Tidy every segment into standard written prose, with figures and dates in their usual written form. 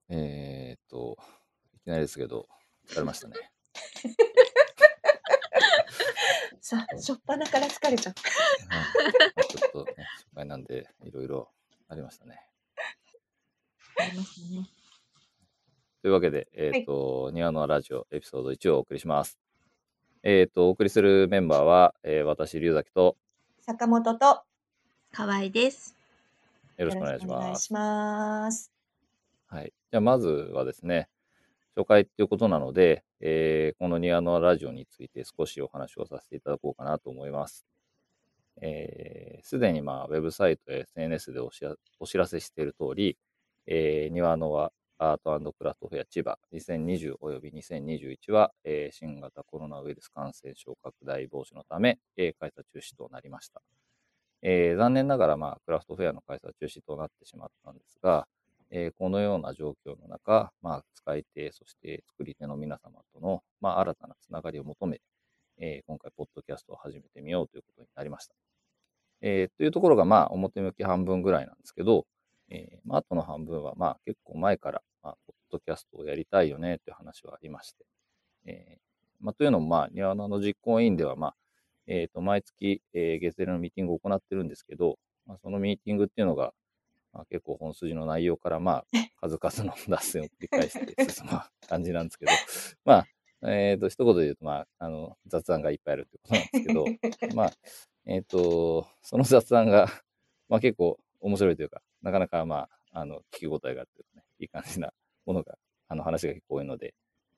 いきなりですけど、疲れましたね。 さあ、初っ端から疲れちゃった。 ちょっとね、初回なんで、いろいろありましたね。 ありますね。 というわけで、庭のラジオエピソード1をお送りします。お送りするメンバーは、私、龍崎と、 坂本と河合です。 よろしくお願いしお願いします。 ます。 はい。じゃあ、まずはですね、紹介っていうことなので、この庭のラジオについて少しお話をさせていただこうかなと思います。すでに、ウェブサイトや SNS でお知らせしている通り、庭のはアートクラフトフェア千葉2020および2021は、新型コロナウイルス感染症拡大防止のため、開催中止となりました。残念ながら、クラフトフェアの開催は中止となってしまったんですが、このような状況の中、使い手、そして作り手の皆様との、新たなつながりを求め、今回、ポッドキャストを始めてみようということになりました。というところが、表向き半分ぐらいなんですけど、あとの半分は、結構前から、ポッドキャストをやりたいよねという話はありまして、というのも、庭の実行委員では、毎月、月例のミーティングを行ってるんですけど、そのミーティングっていうのが、結構本筋の内容から、数々の脱線を繰り返して進む感じなんですけど、一言で言うと、雑談がいっぱいあるってことなんですけど、その雑談が、結構面白いというか、なかなか、聞き応えがあってね、いい感じなものが、話が結構多いので、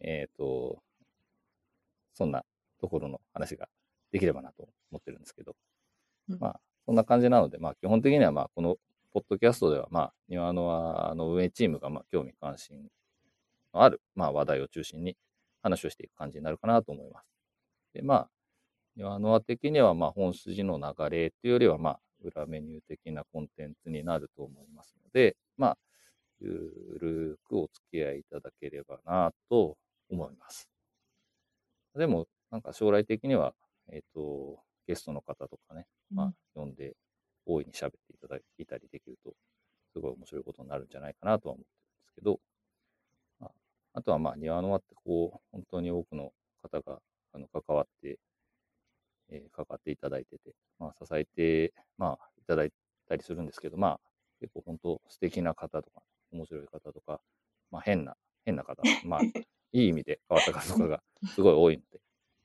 そんなところの話ができればなと思ってるんですけど、そんな感じなので、基本的には、このポッドキャストでは、庭の運営チームが、興味関心のある、話題を中心に話をしていく感じになるかなと思います。で、庭の的には、本筋の流れというよりは、裏メニュー的なコンテンツになると思いますので、ゆるくお付き合いいただければなと思います。でも、なんか将来的には、ゲストの方とかね、呼んで大いに喋っていただいたりできると、すごい面白いことになるんじゃないかなとは思ってるんですけど、あとは庭の輪って本当に多くの方が関わっていただいてて、支えて、いただいたりするんですけど、結構本当素敵な方とか、面白い方とか、変な方、いい意味で変わった方とかがすごい多いので、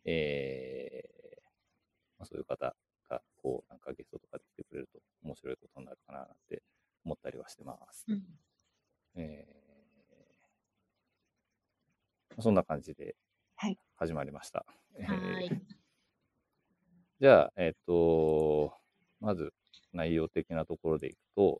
そういう方が、なんかゲストとかで来てくれると面白いことになるかななんて思ったりはしてます。そんな感じで始まりました。じゃあ、まず内容的なところでいくと、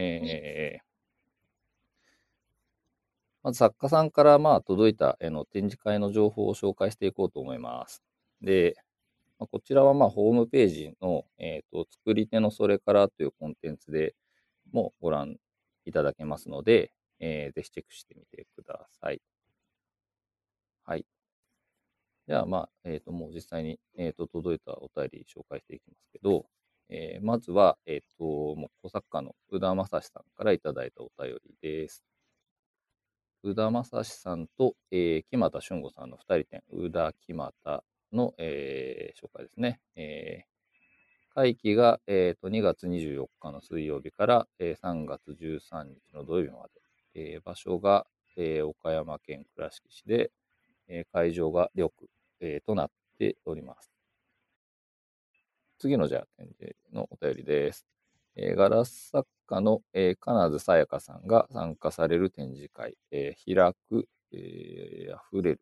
まず作家さんから届いた展示会の情報を紹介していこうと思います。で、こちらはホームページの、作り手のそれからというコンテンツでもご覧いただけますので、ぜひチェックしてみてください。はい。じゃあ、もう実際に、届いたお便り紹介していきますけど、まずは、もう小作家の宇田正史さんからいただいたお便りです。宇田正史さんと、木俣俊吾さんの2人展、宇田木俣の、紹介ですね。会期が、2月24日の水曜日から、3月13日の土曜日まで。場所が、岡山県倉敷市で、会場が緑、となっております。次のじゃあ展示のお便りです。ガラス作家の、金津さやかさんが参加される展示会、開く、溢れる。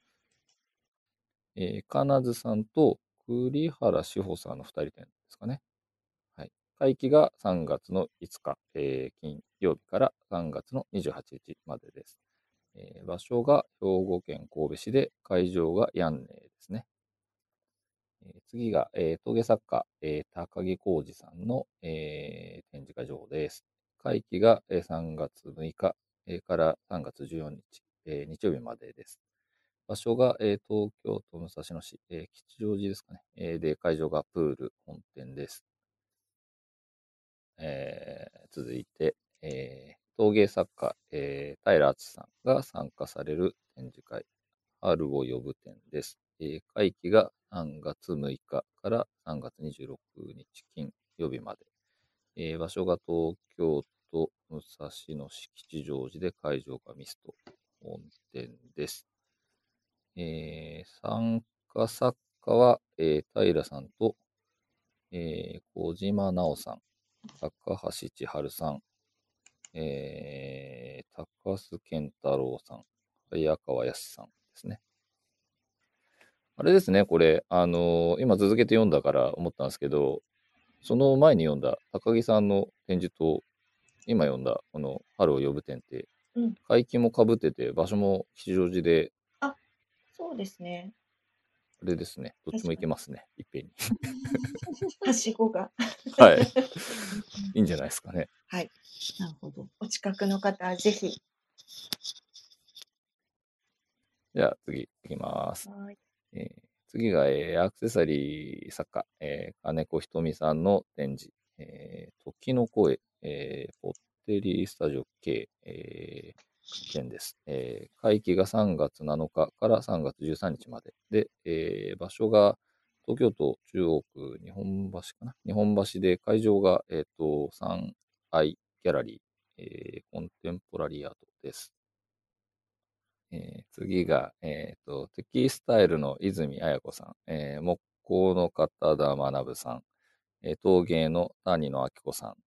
金津さんと栗原志保さんの2人展ですかね。はい。会期が3月の5日、金曜日から3月の28日までです。場所が兵庫県神戸市で、会場がヤンネですね。次が、陶芸作家、高木浩二さんの、展示会情報です。会期が、3月6日、から3月14日、日曜日までです。場所が、東京都武蔵野市、吉祥寺ですかね。で、会場がプール本店です。続いて、 陶芸作家、平敦さんが参加される展示会、春を呼ぶ展です。会期が3月6日から3月26日金曜日まで。場所が東京都武蔵野市吉祥寺で、会場がミスト本店です。参加作家は、平さんと、小島直さん、高橋千春さん、高須健太郎さん、早川康さんですね。あれですね、これ、今続けて読んだから思ったんですけど、その前に読んだ高木さんの展示と、今読んだこの春を呼ぶ展って、 うん。 会期も被ってて、場所も吉祥寺で、 あ、そうですね。 あれですね、どっちも行けますね、いっぺんに。 はしごが。 はい。いいんじゃないですかね。 はい。 なるほど。 お近くの方はぜひ。 じゃあ次いきます。 はい。 次が、アクセサリー作家、金子ひとみさんの展示、時の声、ポッテリースタジオ K、展です。会期が3月7日から3月13日までで、場所が東京都中央区日本橋かな、日本橋で、会場が、3アイギャラリー、コンテンポラリーアートです。次が、テキスタイルの泉彩子さん、木工の片田学さん、陶芸の谷野明子さん、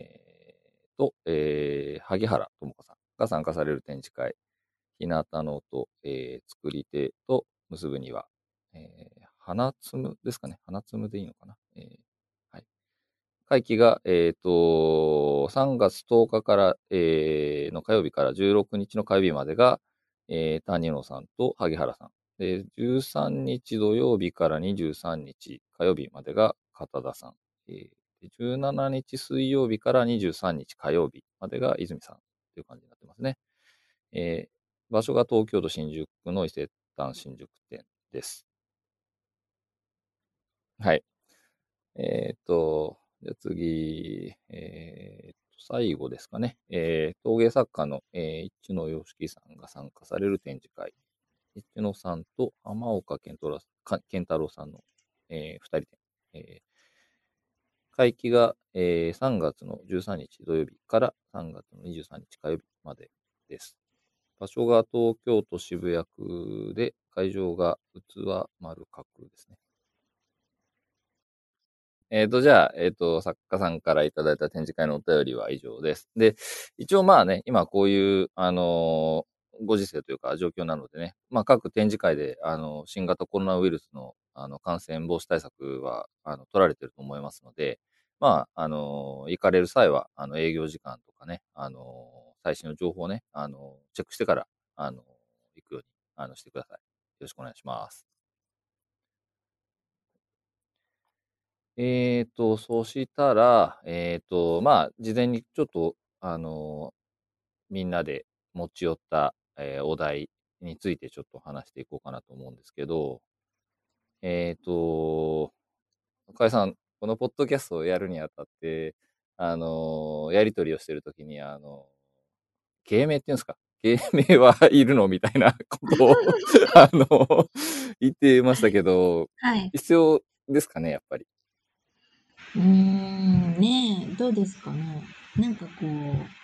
萩原智子さんが参加される展示会、日向の音、作り手と結ぶには、花摘むですかね。花摘むでいいのかな。はい。会期が、3月10日から、の火曜日から16日の火曜日までが、谷野さんと萩原さん。で、13日土曜日から23日火曜日までが片田さん。17日水曜日から23日火曜日までが泉さんという感じになってますね。場所が東京都新宿区の伊勢丹新宿店です。はい。じゃあ次、最後ですかね。陶芸作家の、一野洋樹さんが参加される展示会。一野さんと浜岡健太郎さんの、二人展。会期が、3月の13日土曜日から3月の23日火曜日までです。場所が東京都渋谷区で、会場が器丸閣ですね。じゃあ、作家さんからいただいた展示会のお便りは以上です。で、一応まあね、今こういう、ご時世というか状況なのでね、まあ各展示会で、新型コロナウイルスの、感染防止対策は、取られてると思いますので、まあ、行かれる際は、営業時間とかね、最新の情報をね、チェックしてから、行くように、してください。よろしくお願いします。そしたら、まあ、事前にちょっと、みんなで持ち寄った、お題についてちょっと話していこうかなと思うんですけど、えっと、深井さん、このポッドキャストをやるにあたって、やりとりをしてるときに、芸名っていうんですか、芸名はいるのみたいなことを言ってましたけど、 はい。 必要ですかね、やっぱり。 ねえ、どうですかね。なんかこう、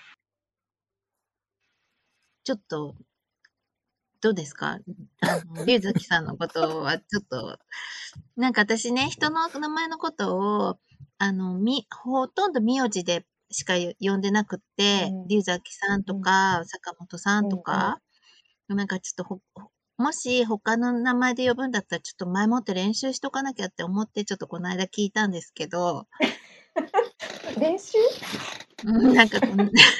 ちょっと、どうですか龍崎さんのことはちょっと、なんか私ね、人の名前のことを、ほとんど名字でしか呼んでなくって、龍崎さんとか、坂本さんとか、なんかちょっともし他の名前で呼ぶんだったら、ちょっと前もって練習しとかなきゃって思って、ちょっとこの間聞いたんですけど、 練習なんか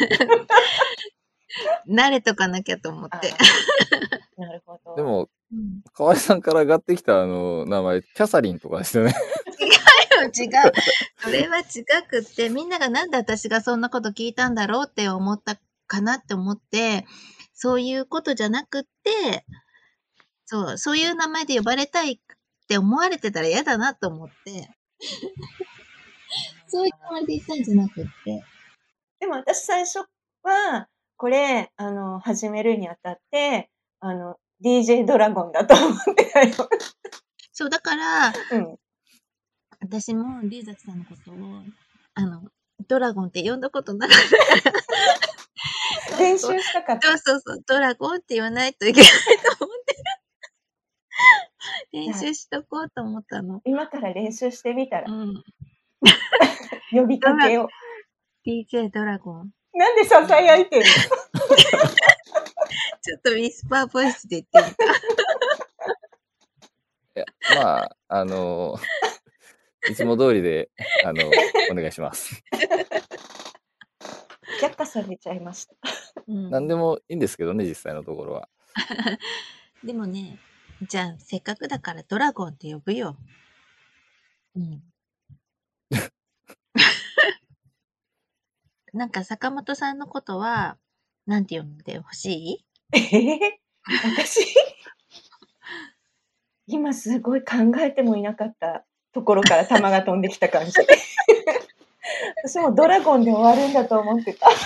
慣れとかなきゃと思って。 なるほど。 でも、河合さんから上がってきた名前、キャサリンとかですよね。 違う。それは違くって、みんながなんで私がそんなこと聞いたんだろうって思ったかなって思って、そういうことじゃなくって、そういう名前で呼ばれたいって思われてたら嫌だなと思って、そういうつもりで言ったんじゃなくって。 でも私最初は、これ、始めるにあたって、DJ ドラゴンだと思ってたよ。 そう、だから、 うん。 私も龍崎さんのことを、ドラゴンって呼んだことなかったから、 練習したかった。 そう、ドラゴンって言わないといけないと思って、練習しとこうと思ったの。 今から練習してみたら、 うん。 呼びかけよ DJ ドラゴン。 う。なんで囁いてんの？ ちょっとウィスパーボイスで言ってみた。 いや、まあ、いつも通りで、お願いします。 却下されちゃいました。 何でもいいんですけどね、実際のところは。 でもね、じゃあ、せっかくだからドラゴンって呼ぶよ。うん。なんか坂本さんのことは、なんて呼んでほしい？ 私今すごい考えてもいなかったところから弾が飛んできた感じ。私もドラゴンで終わるんだと思ってた。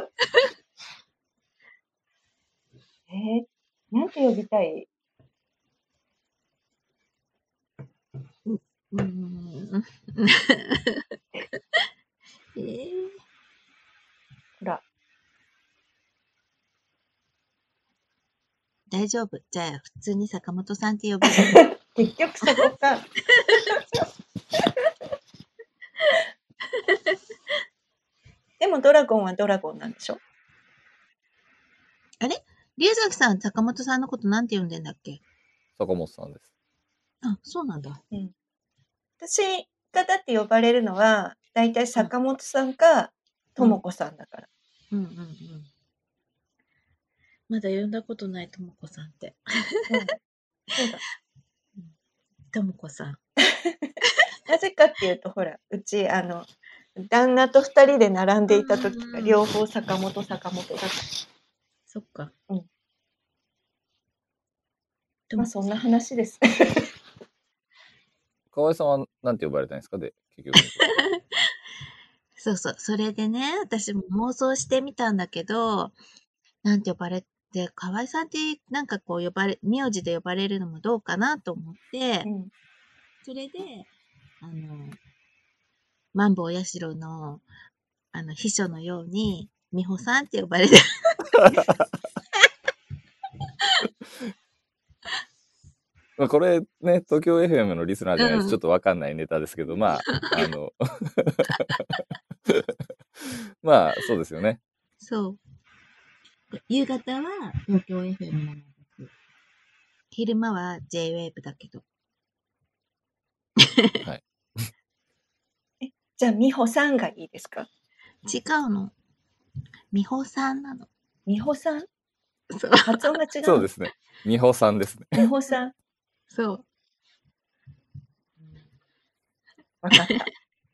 なんて呼びたい？ほら。 大丈夫。じゃあ、普通に坂本さんって呼ぶよ。 結局そこか。でもドラゴンはドラゴンなんでしょ？ あれ？龍崎さん、坂本さんのことなんて呼んでんだっけ？ 坂本さんです。 あ、そうなんだ。 うん。私がだって呼ばれるのは、だいたい坂本さんか、ともこさんだから。 まだ呼んだことないともこさんって。 そうだ。 ともこさん。 なぜかっていうと、ほら、うち、旦那と2人で並んでいた時が両方坂本だった。 そっか。 まあ、そんな話です。 河合さんはなんて呼ばれたんですか？で、結局のところ。 そう。それでね、私も妄想してみたんだけど、なんて呼ばれて、河合さんってなんかこう名字で呼ばれるのもどうかなと思って、それで、マンボウヤシロの、秘書のように、美穂さんって呼ばれてまあこれね、東京 FM のリスナーじゃないとちょっとわかんないネタですけど、まあ、まあ、そうですよね。 そう。夕方は東京 FM なのです。昼間は J-Wave だけど。 はい。 じゃあ、美穂さんがいいですか？ 違うの。美穂さんなの。 美穂さん？ そう。 発音が違うの？ そうですね。美穂さんですね。 美穂さん。 そう。 わかった。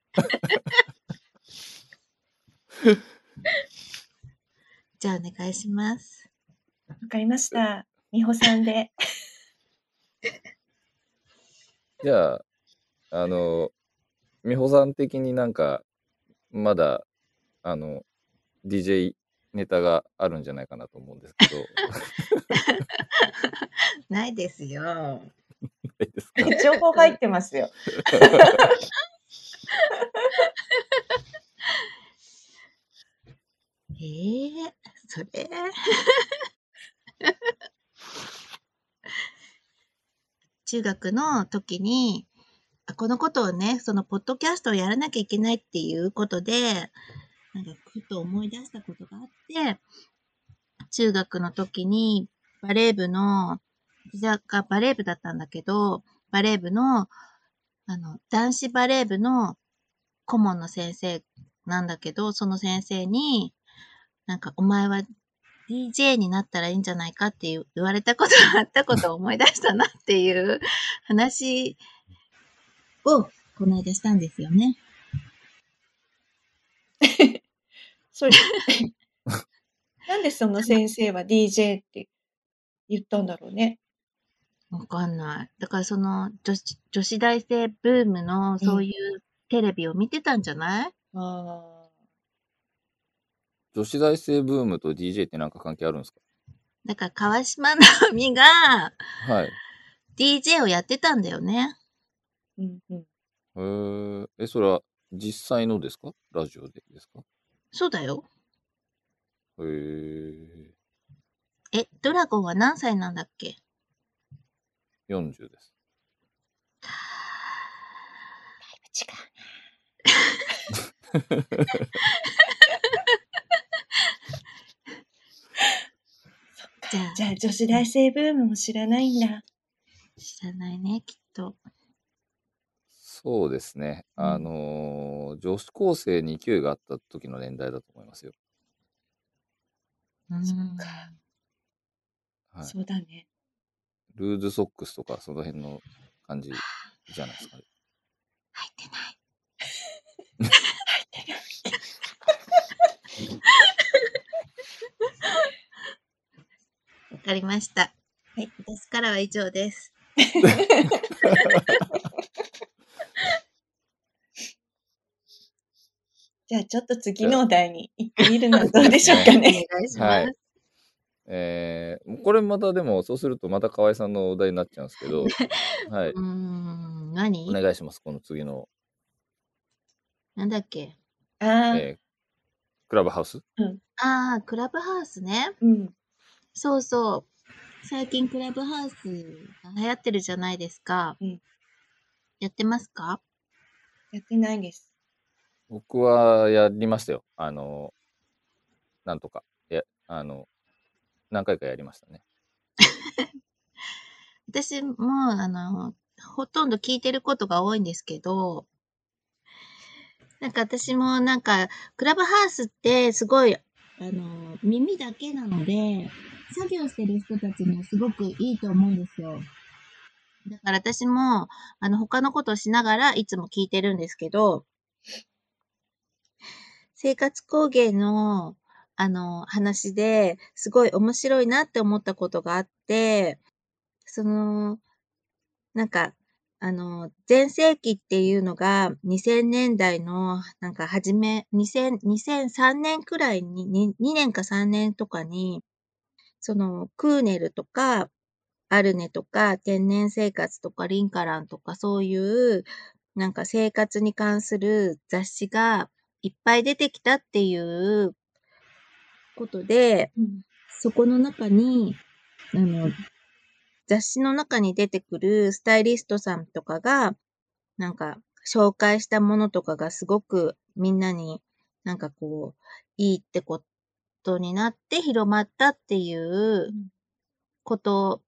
じゃあお願いします。 わかりました。美穂さんで。 じゃあ、美穂さん的になんか、まだ、DJ ネタがあるんじゃないかなと思うんですけど。 ないですよ。 ないですか？ 情報入ってますよ。 それ中学の時に、このことをね、そのポッドキャストをやらなきゃいけないっていうことで、なんかふと思い出したことがあって、中学の時にバレー部の、私がバレー部だったんだけど、バレー部の、男子バレー部の顧問の先生なんだけど、その先生に、なんかお前は DJ になったらいいんじゃないかって言われたことがあったことを思い出したなっていう話をこの間したんですよね。 それなんでその先生は DJ って言ったんだろうね。 わかんない。だからその女子大生ブームのそういうテレビを見てたんじゃない？ 女女子大生ブームと DJ ってなんか関係あるんですか？ だから川島直美がはい。 DJ をやってたんだよね。 うんうん。 それは実際のですか？ラジオでですか？ そうだよ。 へえ、 ドラゴンは何歳なんだっけ？ 40です。 違じゃう。じゃあ女子大生ブームも知らないんだ。 知らないね、きっと。 そうですね。女子高生に勢いがあった時の年代だと思いますよ。 そっか。 はい。 そうだね。 ルーズソックスとかその辺の感じじゃないですかね。 入ってない。 入ってない。 わかりました。 はい。 私からは以上です。 じゃあちょっと次のお題に行ってみるのはどうでしょうかおね。 願いしはい。 ます。 これまたでも、そうするとまた河合さんのお題になっちゃうんですけど、はい。 何？ お願いします。この次の、 なんだっけ？ ああ、 クラブハウス。 クラブハウスね。 うん。 そうそう。最近クラブハウスが流行ってるじゃないですか。 うんやってますか？ やってないです。 僕はやりましたよ。なんとか。何回かやりましたね。 私も、ほとんど聞いてることが多いんですけど、なんか私もなんか、クラブハウスってすごい、耳だけなので、作業してる人たちにはすごくいいと思うんですよ。だから私も、他のことをしながらいつも聞いてるんですけど、生活工芸の、話ですごい面白いなって思ったことがあって、その、なんか、全盛期っていうのが2000年代の、なんか初め、2003年くらいに、2年か3年とかに、クーネルとか、アルネとか、天然生活とか、リンカランとか、そういう、なんか生活に関する雑誌がいっぱい出てきたっていうことで、 うんそこの中に、雑誌の中に出てくるスタイリストさんとかが、なんか、紹介したものとかがすごくみんなになんかこう、いいってことになって広まったっていうこと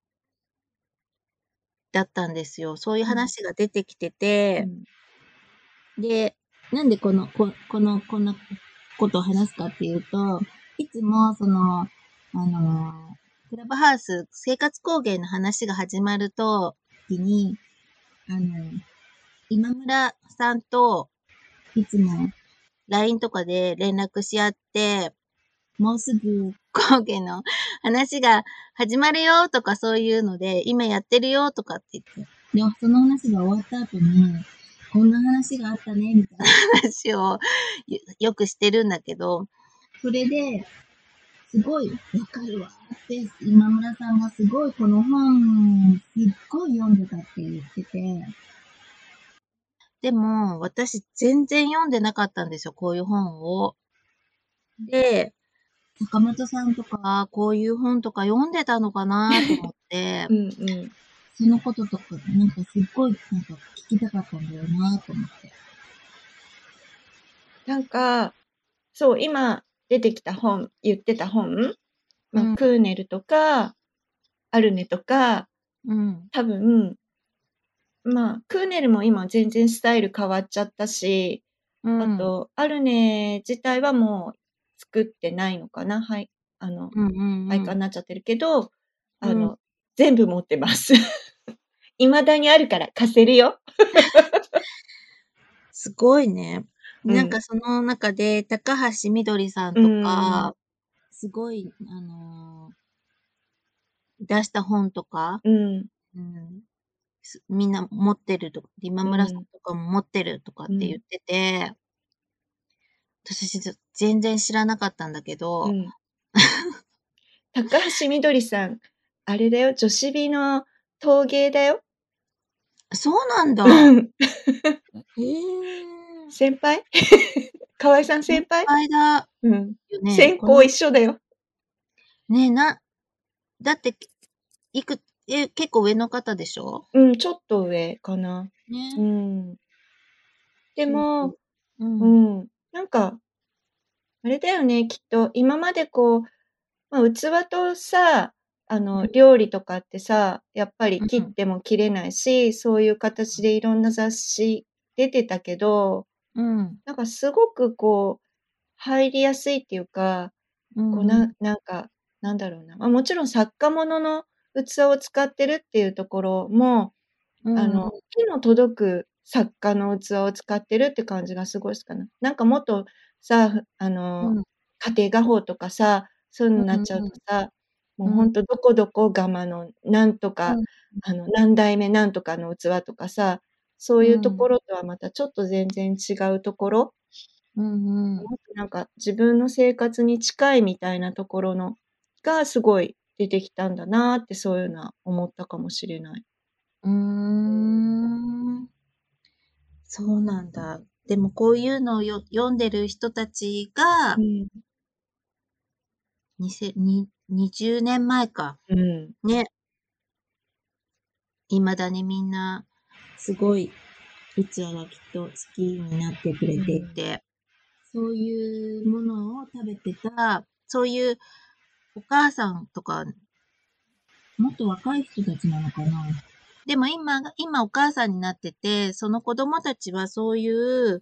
だったんですよ。そういう話が出てきてて、で、なんでこんなことを話すかっていうと、いつもクラブハウス、生活工芸の話が始まると、きに、あの、今村さんといつも LINE とかで連絡し合って、もうすぐ工芸の話が始まるよとかそういうので、今やってるよとかって言って、で、その話が終わった後に、こんな話があったね、みたいな話をよくしてるんだけど、それで、すごいわかるわって、今村さんがすごいこの本、すっごい読んでたって言ってて、でも、私全然読んでなかったんですよ、こういう本を。で、坂本さんとか、こういう本とか読んでたのかなと思って、そのこととか、なんかすっごい、なんか聞きたかったんだよなと思って。 なんか、そう、今出てきた本、言ってた本、まあ、クーネルとか、アルネとか、多分、まあ、クーネルも今全然スタイル変わっちゃったし、あと、アルネ自体はもう作ってないのかな。はい。廃刊になっちゃってるけど、全部持ってます。未だにあるから貸せるよ。 すごいね。なんかその中で、高橋みどりさんとか、すごい、出した本とか、みんな持ってるとか、今村さんとかも持ってるとかって言ってて、 私全然知らなかったんだけうど、 ん。高橋みどりさん、あれだよ、女子美の陶芸だよ。 そうなんだ。 うん。 へえ。 先輩河合さん先先輩輩だうん。 よね。 専攻一緒だよ。 ねえ、だって、結構上の方でしょ？ うん、ちょっと上かな。うね。 ん。でそうそも、 う。うん。 うん、なんか、あれだよね、きっと今までこう、まあ、器とさ、料理とかってさ、やっぱり切っうん。 ても切れないし、そういう形でいろんな雑誌出てたけど、 うん。 なんかすごくこう、入りやすいっていうか、こううんうん。 なんか、なんだろうな、ま、もちろん作家物の器を使ってるっていうところも、 うんうん。 手の届く作家の器を使ってるって感じがすごいすかな。なんかもっとさ、 うん。 家庭画報とかさ、そういうのになっちゃううんうん。 とさ、もううん。 ほんとどこどこ窯のなんとか、 うん。 何代目なんとかの器とかさ、そういうとうん。 ころとはまたちょっと全然違うところ、 うんうん。 もっとなんか自分の生活に近いみたいなところのがすごい出てきたんだなって、そういうのは思ったかもしれない。 うーん。そうなんだ。でもこういうのを読んでる人たちが、 うん。 20年前か。 うん。 ね。未だにみんな、すごい、器がきっと好きになってくれていて、そういうものを食べてた、そういうお母さんとか、もっと若い人たちなのかな。でも今お母さんになってて、その子供たちはそういう、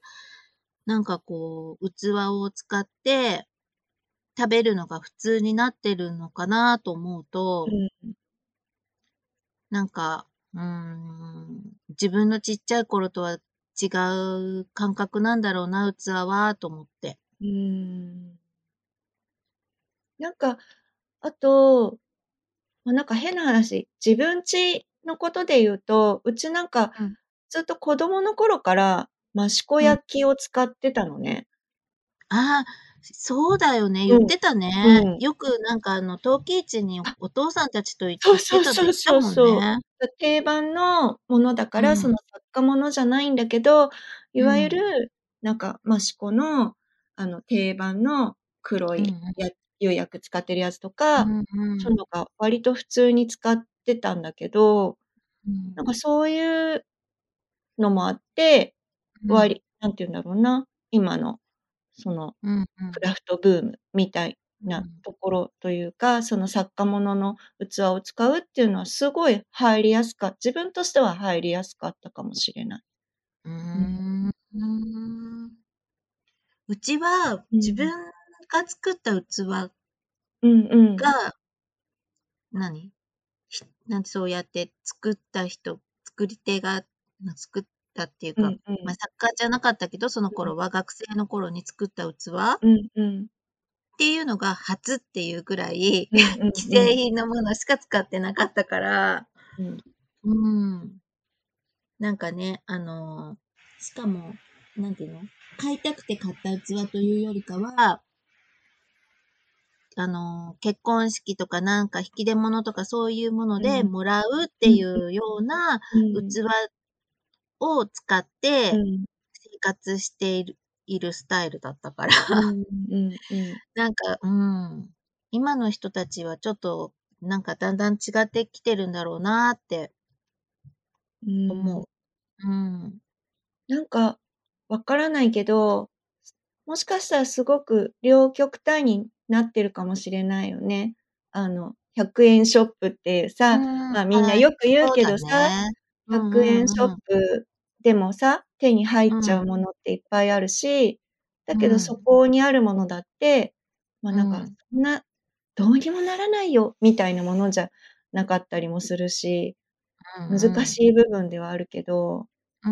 なんかこう、器を使って食べるのが普通になってるのかなと思うと、 うん。 なんか、自分のちっちゃい頃とは違う感覚なんだろうな、器は、と思って。 うーん。なんか、あと、ま、なんか変な話、自分ちのことで言うと、うちなんか、 うん。 ずっと子供の頃から益子うん。 焼を使ってたのね。 ああ、そうだよね、 うん。 言ってたね。 うん。 よくなんか陶器市にあ、 お父さんたちとそう行ってたってそうそう言ってたもんそうそう。 ね。 定番のものだから、そうん。 の作家ものじゃないんだけど、いわゆうん。 る、なんか益子の、定番の黒いうんうん。 釉薬使ってるやつとか、 うんうん。 そういうのが割と普通に使ってたんだけど、 うん。 なんかそういうのもあって、 うん。 なんて言うんだろうな、今のそのうんうん。 クラフトブームみたいなうん。 ところというか、その作家物の器を使うっていうのはすごい入りやすか自分としては入りやすかったかもしれない。 うーうん。 ん。うちは自分うん。 が作った器うんうん。 が、何なんでそうやって作り手が作ったっていうか、 うんうん。 作家じゃなかったけど、そのうん。 頃は学生の頃に作った器っうんうん。 ていうのが初っていうぐらい、 うんうん既うん。 製品のものしか使ってなかったから、 うん。 うん。なんかね、しかも、なんていうの買いたくて買った器というよりかは、結婚式とかなんか引き出物とかそういうものうん。 でもらうっていうんうようなうん。うん。 器を使ってうん。 生活しているスタイルだったから、 うんうんうん。 なんか、今の人たちはちょっと、なんかだんだん違ってきてるんだろうなってうん。 思う。うん。 なんか、わからないけど、もしかしたらすごく両極端になってるかもしれないよね。100円ショップっていうさ、まあ、みんなよく言うそうだけどさ、 ね。うん 100円ショッうんうん。 プでもさ、手に入っちゃうん。 うものっていっぱいあるし、だけどそうん。 こにあるものだって、ま、なんかうん。 そんなどうにもならないよみたいなものじゃなかったりもするし、難うんうん。 しい部分ではあるけど、 うん。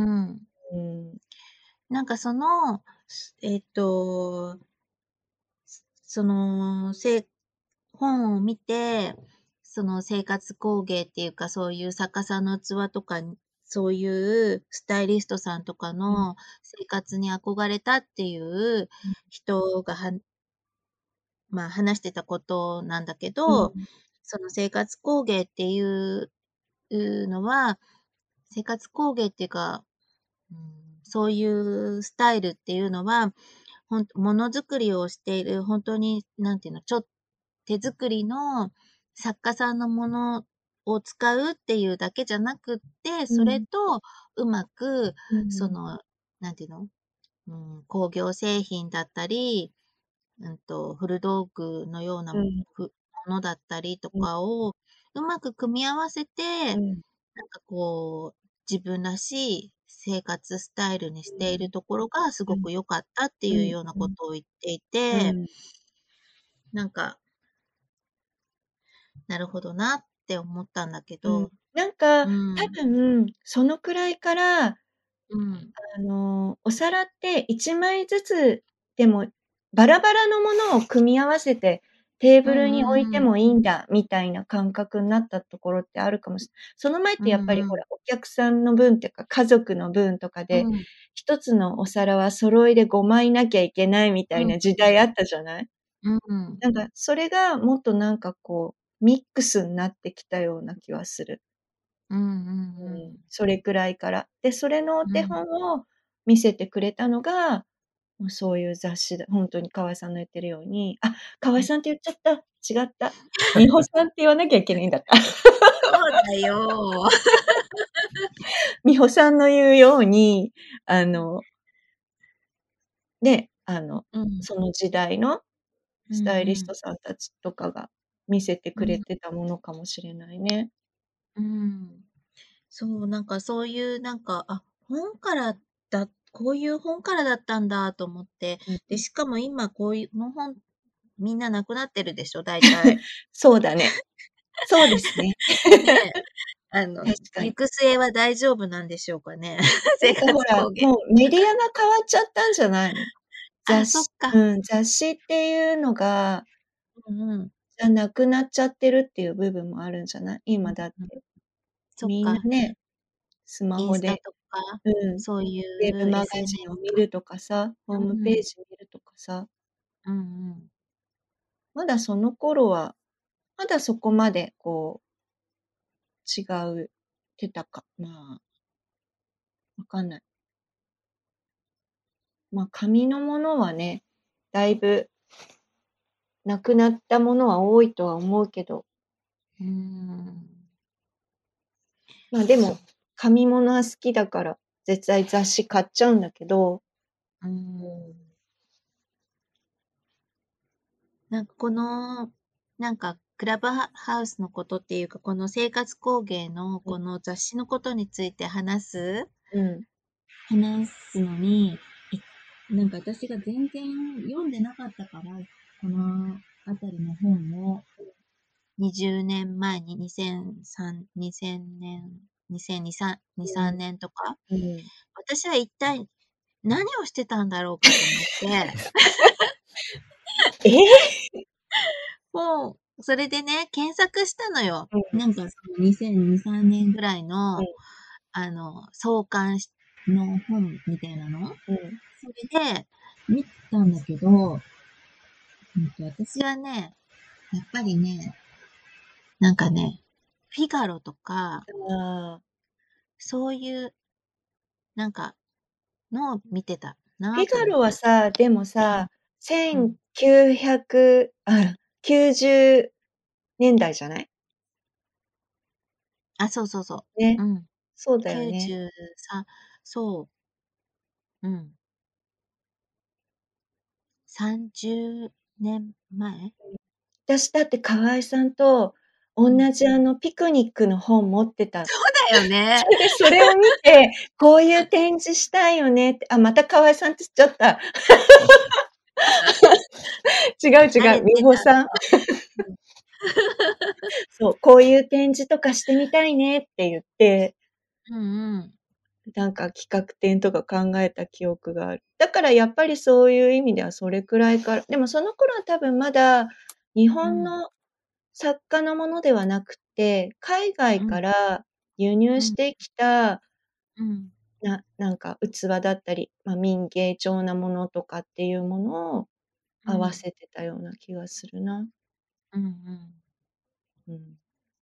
うん、 なんかえっと、その、本を見て、その生活工芸っていうか、そういう作家さんの器とかそういうスタイリストさんとかの生活に憧れたっていう人が話してたことなんだけど、その生活工芸っていうのは、生活工芸っていうか、そういうスタイルっていうのは、ものづくりをしている、本当に、なんていうの、手作りの作家さんのものを使うっていうだけじゃなくって、それとうまく、その、なんていうの、工業製品だったり、古道具のようなものだったりとかをうまく組み合わせて、なんかこう、自分らしい生活スタイルにしているところがすごく良かったっていうようなことを言っていて、なんか、なるほどなって思ったんだけど。 なんか、多分、そのくらいから、お皿って1枚ずつでも、バラバラのものを組み合わせてテーブルに置いてもいいんだ、みたいな感覚になったところってあるかもその前ってやっぱりほら、お客さんの分っていうか、家族の分とかで、一つのお皿は揃いで5枚なきゃいけないみたいな時代あったじゃない？なんか、それがもっとなんかこう、ミックスになってきたような気はする。それくらいから。で、それのお手本を見せてくれたのが、もうそういう雑誌だ。ほんとに河合さんの言ってるように、あ、河合さんって言っちゃった。違った。美穂さんって言わなきゃいけないんだった。 そうだよ。 美穂さんの言うように、ね、その時代のスタイリストさんたちとかが見せてくれてたものかもしれないね。 そう、なんかそういうなんか、こういう本からだったんだと思って、で、しかも今こういう、本、みんななくなってるでしょ、大体。 そうだね。そうですね。 ね、 確かに。 行く末は大丈夫なんでしょうかね。 な生活んかほら、 工芸。 もうメディアが変わっちゃったんじゃないの？ そっか。 雑誌っていうのがじゃなくなっちゃってるっていう部分もあるんじゃない？今だって、みんなそっか。 ね、スマインスタホでとか、そういウェブうマガジンを SNS か。 見るとかさ、ホームページ見るとかさ。まだその頃は、まだそこまでこう違ってたか、わかんない。紙のものはね、だいぶなくなったものは多いとは思うけど。でも、紙物は好きだから、絶対雑誌買っちゃうんだけど。 なんかこの、なんかクラブハウスのことっていうか、この生活工芸のこの雑誌のことについて話すのに、なんか私が全然読んでなかったから、このあたりの本を20年前に2000年、2002、3年とか、私は一体何をしてたんだろうかと思って。もう、それでね、検索したのよ。なんかその2002、3年ぐらいの、創刊の本みたいなの。それで、見たんだけど、私はね、やっぱりね、なんかね、フィガロとか、そういう、なんか、のを見てたフィガロなと思って。 はさ、でもさ、90年代じゃない？ そうそうそう。 ね。そうだよね。 93、そう。30年前？ 私だって河合さんと同じピクニックの本持ってた。 そうだよね。 それでそれを見て、こういう展示したいよねって、また河合さんって言っちゃった。違う、美穂さん。そう、こういう展示とかしてみたいねって言って、なんか企画展とか考えた記憶がある。だからやっぱりそういう意味ではそれくらいから、でもその頃は多分まだ日本の作家のものではなくて、海外から輸入してきたうん。 なんか器だったり、民芸調なものとかっていうものを合わせてたような気がするな。 うんうん。 うん。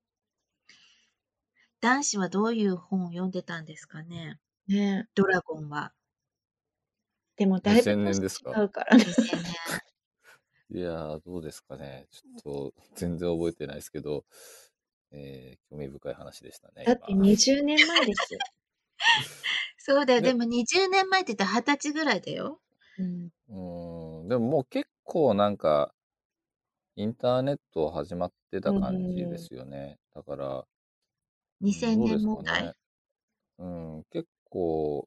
男子はどういう本を読んでたんですかね？ ね。 ドラゴンは。 でもだいぶ 2000年年ですか？ 違うからね。 2000年。 いやー、どうですかね。ちょっと全然覚えてないですけど、興味深い話でしたね、 だって今。 20年前ですよ。 そうだよ。でで、 も20年前って言ったら20歳ぐらいだよ。 うん。 でももう結構なんか、インターネット始まってうた感じでん。 すよね。だから、 2000 どうです年問題。 かね。結構、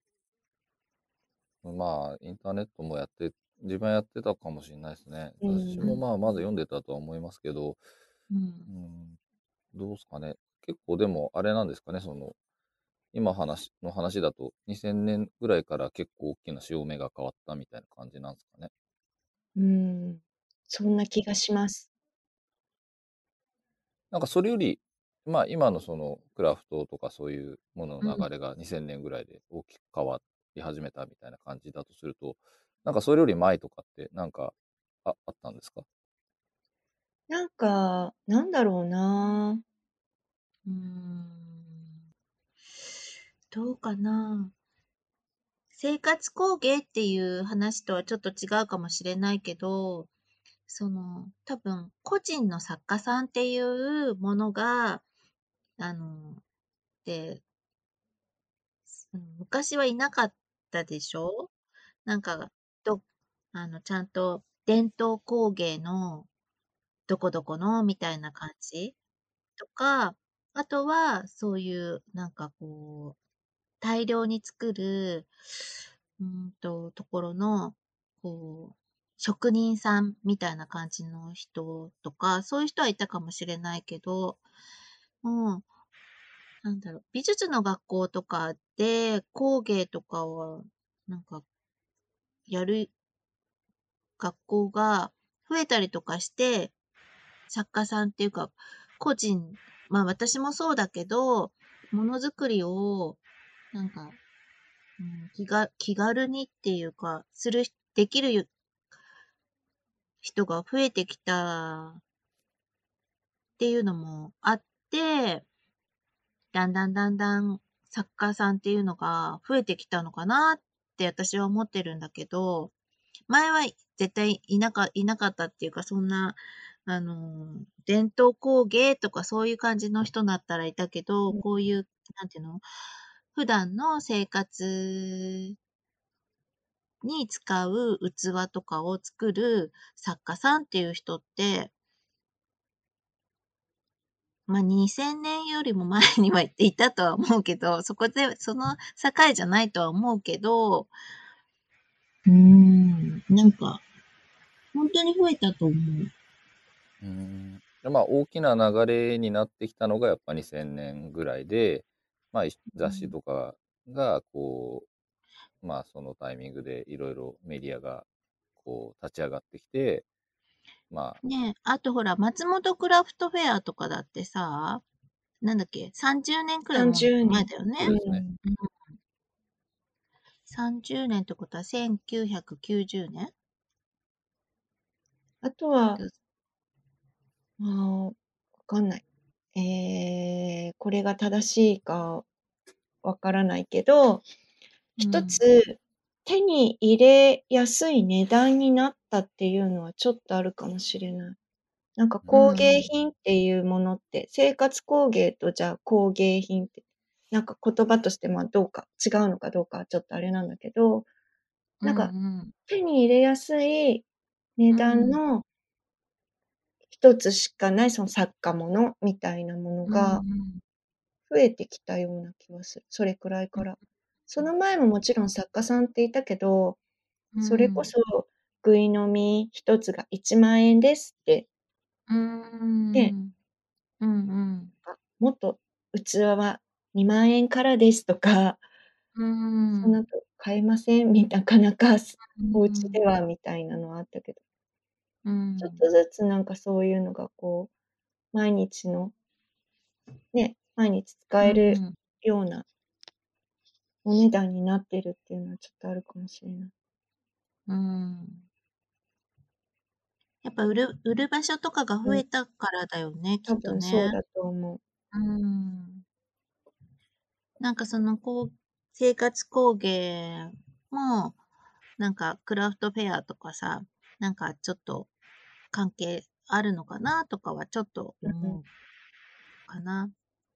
まあ、インターネットも自分はやってたかもしれないですね。 う私もん。 まあ、まだ読んでたとは思いますけど、 うん。 うん、どうですかね。結構でも、あれなんですかね、今の話だと、2000年ぐらいから結構大きな潮目が変わったみたいな感じなんですかね。 うん。そんな気がします。 なんかそれより、まあ今のクラフトとかそういうものうん。 の流れが2000年ぐらいで大きく変わり始めたみたいな感じだとすると、なんかそれより前とかってなんかあったんですか？ なんか、なんだろうな。 うーん。どうかな。生活工芸っていう話とはちょっと違うかもしれないけど、多分、個人の作家さんっていうものが、で、昔はいなかったでしょ？なんか、どちゃんと伝統工芸のどこどこのみたいな感じとか、あとはそういうなんかこう、大量に作る、ところの、こう、職人さんみたいな感じの人とか、そういう人はいたかもしれないけど、うん、なんだろう、美術の学校とかで工芸とかは、なんか、やる学校が増えたりとかして、作家さんっていうか、個人、まあ私もそうだけど、ものづくりを、なんか、気軽にっていうか、できる人が増えてきたっていうのもあって、だんだん作家さんっていうのが増えてきたのかなって私は思ってるんだけど、前は絶対いなかったっていうか、そんな、伝統工芸とかそういう感じの人だったらいたけど、こういう、なんていうの、普段の生活に使う器とかを作る作家さんっていう人って、まあ、2000年よりも前にはいたとは思うけど、そこで、その境じゃないとは思うけど、なんか、本当に増えたと思う。 まあ大きな流れになってきたのがやっぱ2000年ぐらいで、まあ雑誌とかがまあそのタイミングでいろいろメディアが立ち上がってきて、まあねえ、あとほら、松本クラフトフェアとかだってさ、なんだっけ、30年くらい 30年。 前だよね。 そうですね。 うん。 うん、30年ってことは1990年あとは、わかんない。これが正しいかわからないけど、一うん。 つ手に入れやすい値段になったっていうのはちょっとあるかもしれない。なんかう工芸ん。 品っていうものって、生活工芸とじゃあ工芸品って、なんか言葉として、どうか、違うのかどうかはちょっとあれなんだけど、 うん。 なんかうん。 手に入れやすい値うん。 段の一つしかないその作家ものみたいなものうん。うがん。 増えてきたような気がする。それくらいから。その前ももちろん作家さんっていたけど、 うん。 それこそぐいのみ一つが1万円ですって、 うね、 ん。うん。 もっと器は2万円からですとか、 うん。 その後買えませんなかなかお家でうん。 はみたいなのはあったけど、 うちょっん。 とずつなんかそういうのが毎日のね、毎日使えるうん。 ようなお値段になってるっていうのはちょっとあるかもしれない。 やっぱ売る場所とかが増えたからだよね、き多っとね。 分そうだと思う。 なんかその生活工芸も、なんかクラフトフェアとかさ、なんかちょっと関係あるのかなとかはちょっと思うかな。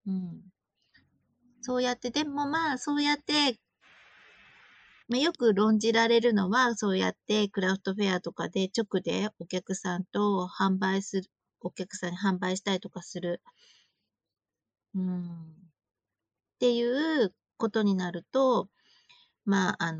そうやって、でもまあそうやって、よく論じられるのは、そうやってクラフトフェアとかで直でお客さんに販売したりとかする。っていうことになると、まあ、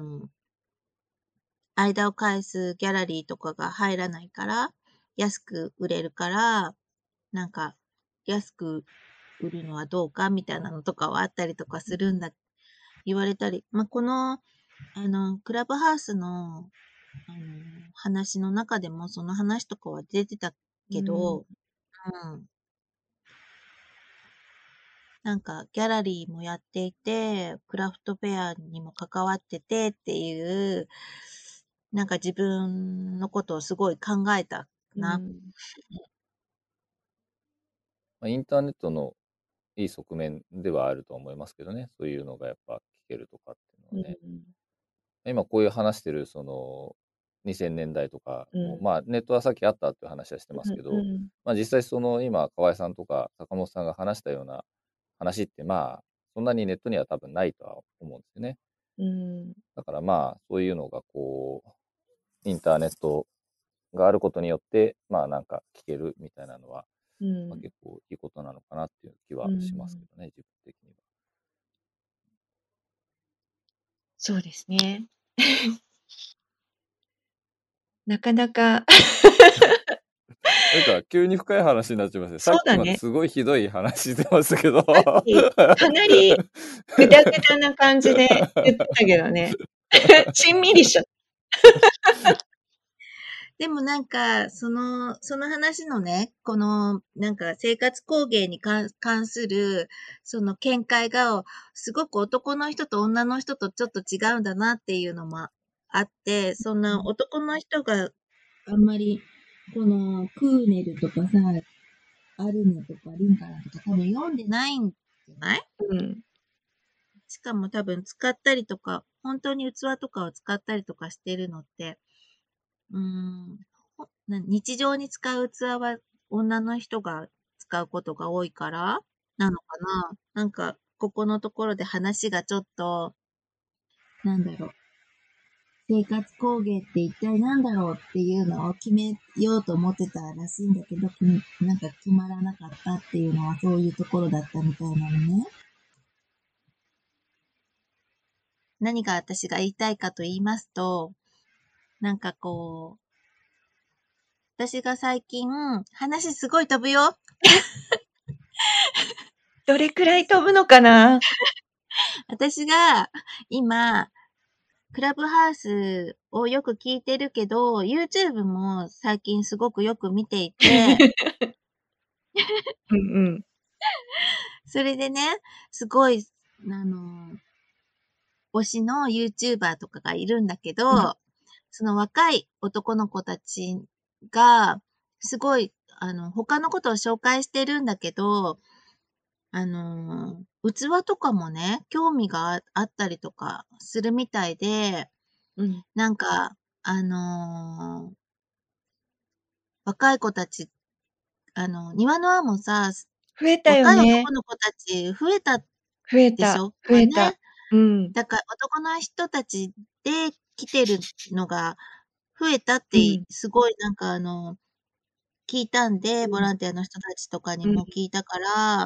間を返すギャラリーとかが入らないから、安く売れるから、なんか、安く売るのはどうかみたいなのとかはあったりとかするんだ、言われたり。この、クラブハウスの、話の中でもその話とかは出てたけど、なんかギャラリーもやっていて、クラフトフェアにも関わっててっていう、なんか自分のことをすごい考えたな。 インターネットのいい側面ではあると思いますけどね。そういうのがやっぱ聞けるとかっていうのはね。今こういう話してるその2000年代とかも、まあネットはさっきあったっていう話はしてますけど、まあ実際その今河合さんとか坂本さんが話したような話ってまあそんなにネットには多分ないとは思うんですよね。だからまあそういうのがこうインターネットがあることによってまあなんか聞けるみたいなのは、まあ、結構いいことなのかなっていう気はしますけどね、自分的には。 そうですね。なかなかなんか急に深い話になっちゃいますね。さっきまでそうだね。 すごいひどい話してましたけど。 さっきかなりぐだぐだな感じで言ってたけどね。しんみりしちゃった。 でもなんか、その話のね、この、なんか生活工芸に関する、その見解が、すごく男の人と女の人とちょっと違うんだなっていうのもあって、そんな男の人があんまり、このクーネルとかさ、アルネとかリンカラとか多分読んでないんじゃない？しかも多分使ったりとか、本当に器とかを使ったりとかしてるのって、日常に使う器は女の人が使うことが多いからなのかな。なんか、ここのところで話がちょっと、なんだろう。生活工芸って一体なんだろうっていうのを決めようと思ってたらしいんだけど、なんか決まらなかったっていうのはそういうところだったみたいなのね。何が私が言いたいかと言いますと、なんかこう、私が最近、話すごい飛ぶよ。 どれくらい飛ぶのかな？ 私が今、クラブハウスをよく聞いてるけど、YouTube も最近すごくよく見ていて、それでね、すごい、推しの YouTuber とかがいるんだけど、その若い男の子たちが、すごい、他のことを紹介してるんだけど、器とかもね、興味があったりとかするみたいで、なんか、若い子たち、庭の輪もさ、 増えたよ若いね。 男の子たち増えた増えた。 でしょ？ 増えた。 ね。だから男の人たちで来てるのが増えたって、すごいなんか聞いたんで、ボランティアの人たちとかにも聞いたから、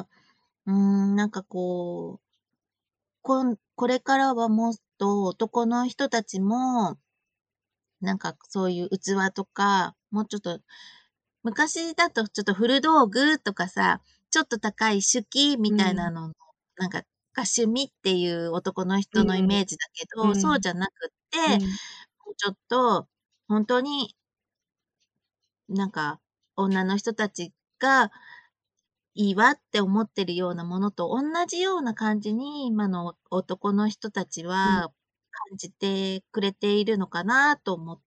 なんかこう、これからはもっと男の人たちも、なんかそういう器とか、もうちょっと、昔だとちょっと古道具とかさ、ちょっと高い手記みたいなのの、なんか、が趣味っていう男の人のイメージだけど、そうじゃなくって、もうちょっと、本当になんか、女の人たちがいいわって思ってるようなものと同じような感じに、今の男の人たちは感じてくれているのかなと思って、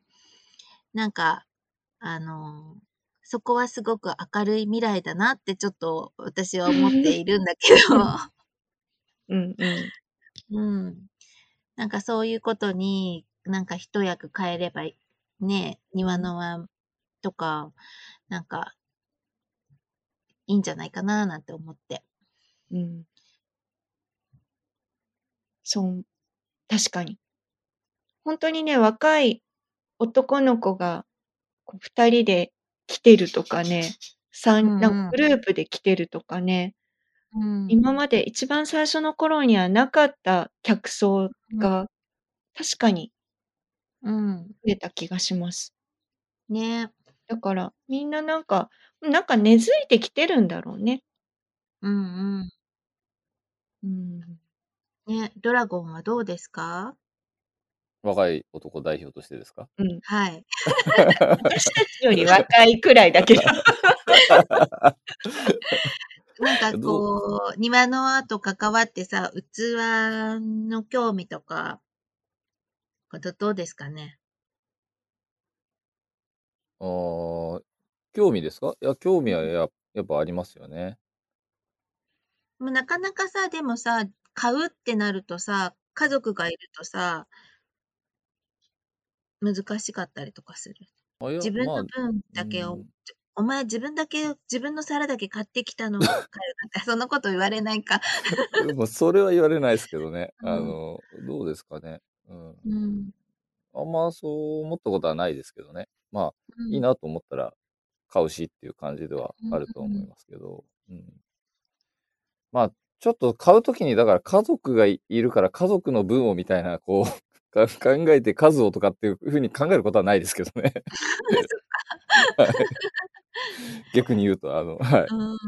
なんか、そこはすごく明るい未来だなってちょっと私は思っているんだけど、 うんうん。 うん。なんかそういうことに、なんか一役変えれば、ね、庭の輪とか、なんかいいんじゃないかななんて思って。 うん。そう、確かに。本当にね、若い男の子が2人で来てるとかね、なんかグループで来てるとかね、今まで一番最初の頃にはなかった客層が確かに増えた気がします。 ね。 だから、みんななんか根付いてきてるんだろうね。 うんうん。 うん。 ね、ドラゴンはどうですか？ 若い男代表としてですか？ うん。 はい。 私たちより若いくらいだけど。 なんかどうこう、庭の輪と関わってさ、器の興味とか、どうですかね？ 興味ですか？いや、興味はやっぱありますよね。 もうなかなかさ、でもさ、買うってなるとさ、家族がいるとさ、難しかったりとかする。 いや、 自分の分うだけを、 ん。 お前自分の皿だけ買ってきたのかよなんて、そんなこと言われないか。 それは言われないですけどね。 うん。 どうですかね。うん。 うん。 あんまそう思ったことはないですけどね。いいうん。 なと思ったら買うしっていう感じではうんあるとは思いうん。 ますけど。うん。ちょっと買うときに、だから家族がいるから家族の分をみたいな、こう、考えて数をとかっていうふうに考えることはないですけどね。はい。逆に言うと、はい。 うん。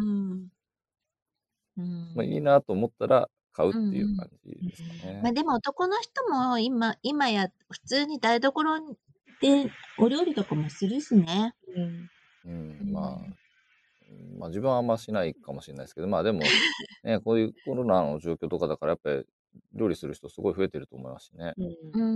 ういいん。 なと思ったら買うっうんていううん。 感じですかね。 でも男の人も今や普通に台所でお料理とかもするしね。 うん。 うん、自分はあんましないかもしれないですけど、でも、ね、こういうコロナの状況とかだから、やっぱり料理する人すごい増えてると思いますしね。 うん。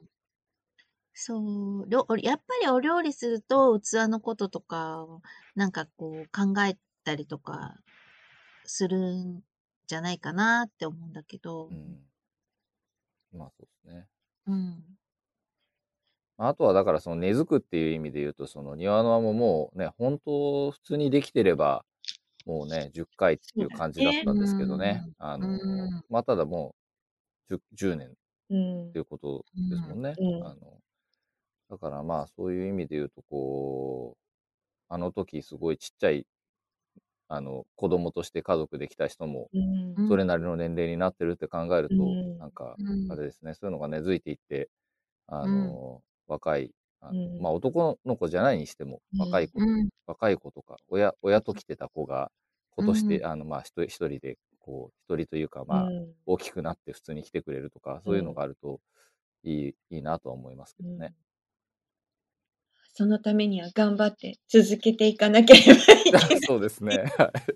そう、やっぱりお料理すると器のこととか、なんかこう考えたりとかするんじゃないかなって思うんだけど。 うん。そうですね。 うん。 あとはだからその根付くっていう意味で言うと、その庭の輪ももうね、本当普通にできてれば、もうね、10回ってそういう感じだっだね。 たんですけどね。 うん。 ただもう10年っうん。 ていうことうん。 ですもんね。 うん。 だからそういう意味で言うと、こう、あの時すごいちっちゃい、子供として家族で来た人も、 うん。 それなりの年齢になってるって考えると、 うん。 なんか、 うん。 あれですね、そういうのが根付いていって、 うん。 若い、 うん。 男の子じゃないにしても、若い子とか、親と来てた子が、子として、一人で、こう、一人というか、 うん。 大きくなって普通に来てくれるとか、そういうのがあると、いいなとは思いますけどね。 そのためには頑張って続けていかなければいけない。 そうですね。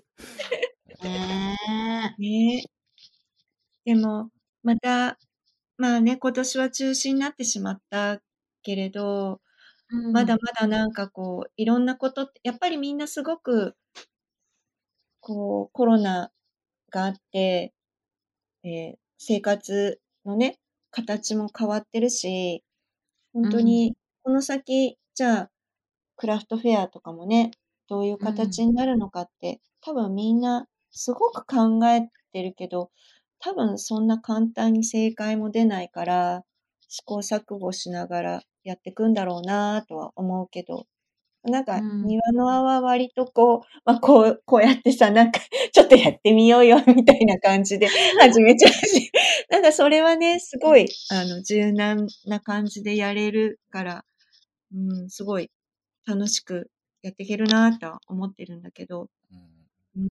ね。でも、また、今年は中止になってしまったけれど、まだまだなんかこう、いろんなことって、やっぱりみんなすごく、こう、コロナがあって、生活のね、形も変わってるし、ほんとにこの先、じゃあ、クラフトフェアとかもね、どういう形になるのかって、多分みんなすごく考えてるけど、多分そんな簡単に正解も出ないから、試行錯誤しながらやってくんだろうなとは思うけど、なんか庭の輪は割とこう、こうやってさ、なんかちょっとやってみようよみたいな感じで始めちゃうし、なんかそれはね、すごい柔軟な感じでやれるから、すごい楽しくやっていけるなとは思ってるんだけど。うん。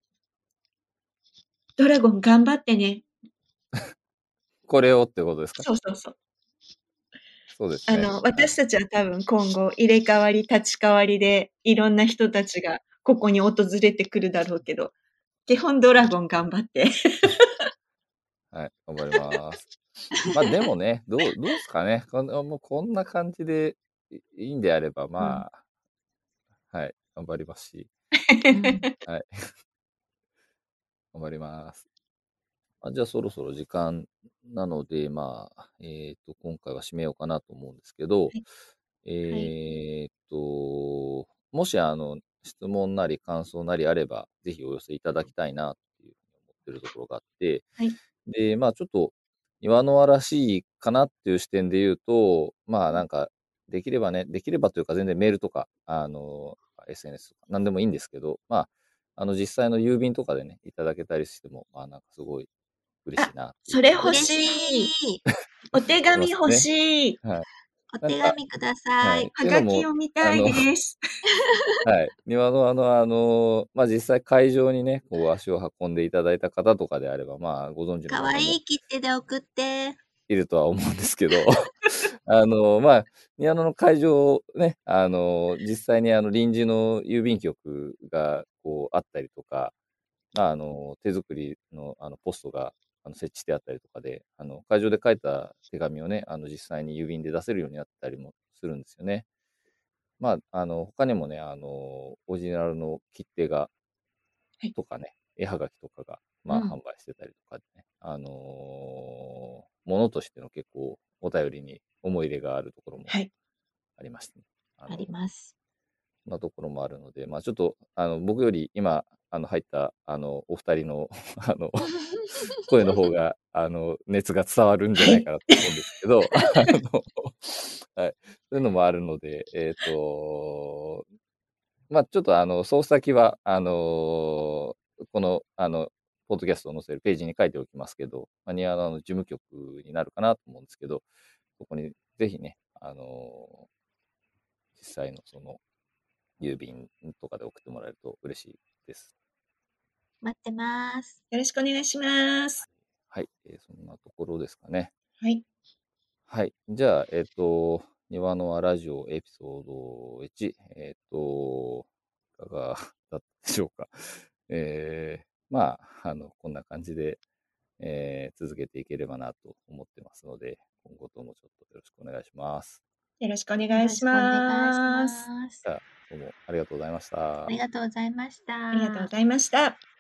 ドラゴン頑張ってね。 これをってことですか？ そうそうそう。 そうですね。はい。 私たちは多分今後入れ替わり立ち替わりで、いろんな人たちがここに訪れてくるだろうけど、基本ドラゴン頑張って。 はい、頑張ります。まあでもね、どうですかね。もうこんな感じでいいんであれば、まあ、はい、頑張りますし、はい、頑張ります。じゃあそろそろ時間なので、まあ、今回は締めようかなと思うんですけど、もし質問なり感想なりあれば、ぜひお寄せいただきたいなっていうふうに思ってるところがあって、 はい。 で、まあちょっと、庭の輪らしいかなっていう視点で言うと、まあなんか、できればというか全然メールとか、SNS とか、なんでもいいんですけど、まあ、実際の郵便とかでね、いただけたりしても、まあなんかすごい嬉しいなっていうそれ欲ふうに思いますしい。お手紙欲ね。 しい。 はい。 おなんか、 手紙くだはさい。 い。ってはがきいうのも、 読みたいです。 はい。庭のまあ、実際会場にね、こう足を運んでいただいた方とかであれば、まあ、ご存知のかわ方もいい切手で送って。 いるとは思うんですけど、まあ、庭の会場ね、実際に臨時の郵便局がこうあったりとか、まあ、手作りのポストが設置してあったりとかで、会場で書いた手紙をね、実際に郵便で出せるようになったりもするんですよね。まあ、他にもね、オリジナルの切手が、 はい。 とかね、絵はがきとかが、まあ、販売してたりとかでね、ものとしての結構お便りに思い入れがあるところもはい。 ありましてね。 あります。 そんなところもあるので、まあ、ちょっと、僕より今、入った、お二人の、声の方が、熱が伝わるんじゃないかなと思うんですけど、はい。そういうのもあるので、まあ、ちょっと送先は、この、ポッドキャストを載せるページに書いておきますけど、まあ、ニアの事務局になるかなと思うんですけど、そこにぜひね、実際のその郵便とかで送ってもらえると嬉しいです。 待ってます。 よろしくお願いします。 はい、そんなところですかね。 はい。 はい。じゃあ、庭の輪ラジオエピソード1、いかがだったでしょうか。まあ、こんな感じで、続けていければなと思ってますので、今後ともちょっとよろしくお願いします。 よろしくお願いしよろしくお願いします。 ます。 じゃあ、どうもありがとうございました。 ありがとうございました。 ありがとうございました。